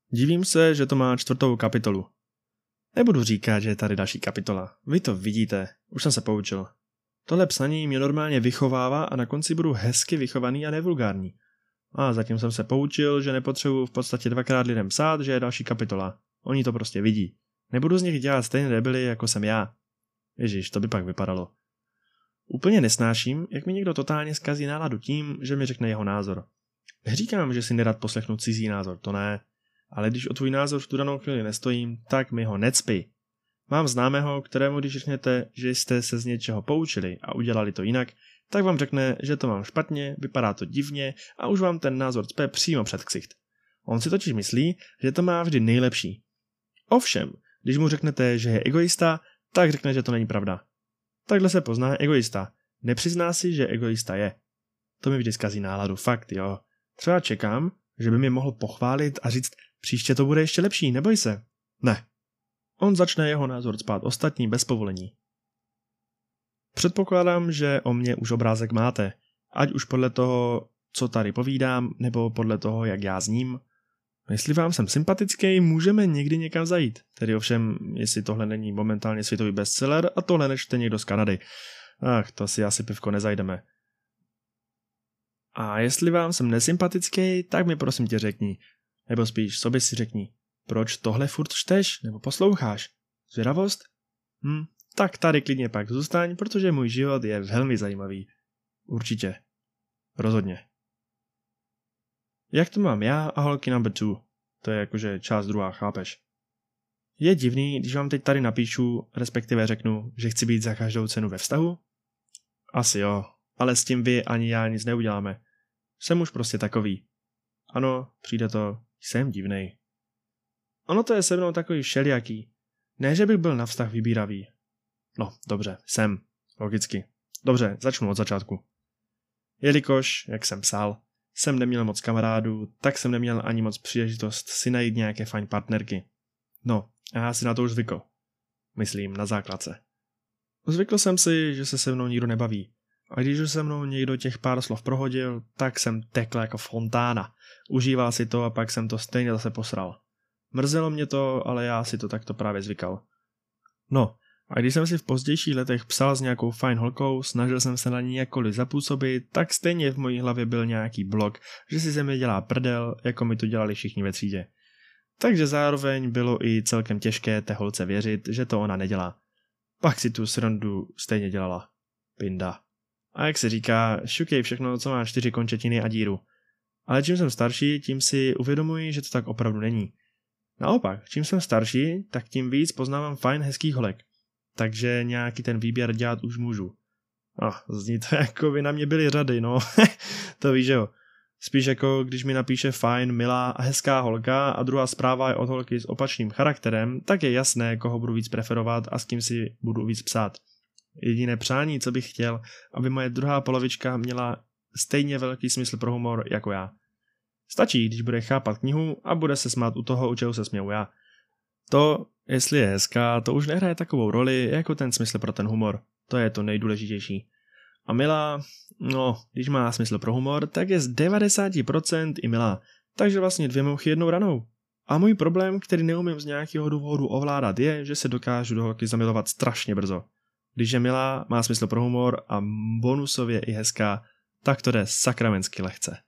Divím se, že to má 4. kapitolu. Nebudu říkat, že je tady další kapitola. Vy to vidíte, už jsem se poučil. Tohle psaní mě normálně vychovává a na konci budu hezky vychovaný a nevulgární. A zatím jsem se poučil, že nepotřebuji v podstatě 2krát lidem psát, že je další kapitola. Oni to prostě vidí. Nebudu z nich dělat stejné debily, jako jsem já. Ježiš, to by pak vypadalo. Úplně nesnáším, jak mi někdo totálně zkazí náladu tím, že mi řekne jeho názor. Říkám, že si nerad poslechnu cizí názor, to ne. Ale když o tvůj názor v tu danou chvíli nestojím, tak mi ho necpi. Mám známého, kterému když řeknete, že jste se z něčeho poučili a udělali to jinak, tak vám řekne, že to mám špatně, vypadá to divně a už vám ten názor cpe přímo před ksicht. On si totiž myslí, že to má vždy nejlepší. Ovšem, když mu řeknete, že je egoista, tak řekne, že to není pravda. Takhle se pozná egoista. Nepřizná si, že egoista je. To mi vždy zkazí náladu, fakt jo. Třeba čekám, že by mě mohl pochválit a říct, příště to bude ještě lepší, neboj se. Ne. On začne jeho názor cpát ostatní bez povolení. Předpokládám, že o mě už obrázek máte, ať už podle toho, co tady povídám, nebo podle toho, jak já zním. Jestli vám jsem sympatický, můžeme někdy někam zajít. Tedy ovšem, jestli tohle není momentálně světový bestseller a tohle nečte někdo z Kanady. Ach, to si asi pivko nezajdeme. A jestli vám jsem nesympatický, tak mi prosím tě řekni. Nebo spíš sobě si řekni. Proč tohle furt čteš nebo posloucháš? Zvědavost? Tak tady klidně pak zůstaň, protože můj život je velmi zajímavý. Určitě. Rozhodně. Jak to mám já a holky number 2? To je jakože část druhá, chápeš? Je divný, když vám teď tady napíšu, respektive řeknu, že chci být za každou cenu ve vztahu? Asi jo, ale s tím vy ani já nic neuděláme. Jsem už prostě takový. Ano, přijde to, jsem divnej. Ono to je se mnou takový všelijaký. Ne, že bych byl na vztah vybíravý. No, dobře, jsem. Logicky. Dobře, začnu od začátku. Jelikož, jak jsem psal, jsem neměl moc kamarádů, tak jsem neměl ani moc příležitost si najít nějaké fajn partnerky. No, a já si na to už zvykl. Myslím, na základce. Zvykl jsem si, že se mnou nikdo nebaví. A když už se mnou někdo těch pár slov prohodil, tak jsem tekl jako fontána. Užíval si to a pak jsem to stejně zase posral. Mrzelo mě to, ale já si to takto právě zvykal. No, a když jsem si v pozdějších letech psal s nějakou fajn holkou, snažil jsem se na ní jakkoliv zapůsobit, tak stejně v mojí hlavě byl nějaký blok, že si ze mě dělá prdel, jako mi to dělali všichni ve třídě. Takže zároveň bylo i celkem těžké té holce věřit, že to ona nedělá. Pak si tu srandu stejně dělala. Pinda. A jak se říká, šukej všechno, co má 4 končetiny a díru. Ale čím jsem starší, tím si uvědomuji, že to tak opravdu není. Naopak, čím jsem starší, tak tím víc poznávám fajn hezkých holek. Takže nějaký ten výběr dělat už můžu. Zní to jako by na mě byly řady, no. To víš, že jo. Spíš jako když mi napíše fajn, milá a hezká holka a druhá zpráva je od holky s opačným charakterem, tak je jasné, koho budu víc preferovat a s kým si budu víc psát. Jediné přání, co bych chtěl, aby moje druhá polovička měla stejně velký smysl pro humor jako já. Stačí, když bude chápat knihu a bude se smát u toho, u čeho se směju já. To, jestli je hezká, to už nehraje takovou roli jako ten smysl pro ten humor. To je to nejdůležitější. A milá, no, když má smysl pro humor, tak je z 90% i milá. Takže vlastně 2 mouchy jednou ranou. A můj problém, který neumím z nějakého důvodu ovládat, je, že se dokážu do holky zamilovat strašně brzo. Když je milá, má smysl pro humor a bonusově i hezká, tak to jde sakramensky lehce.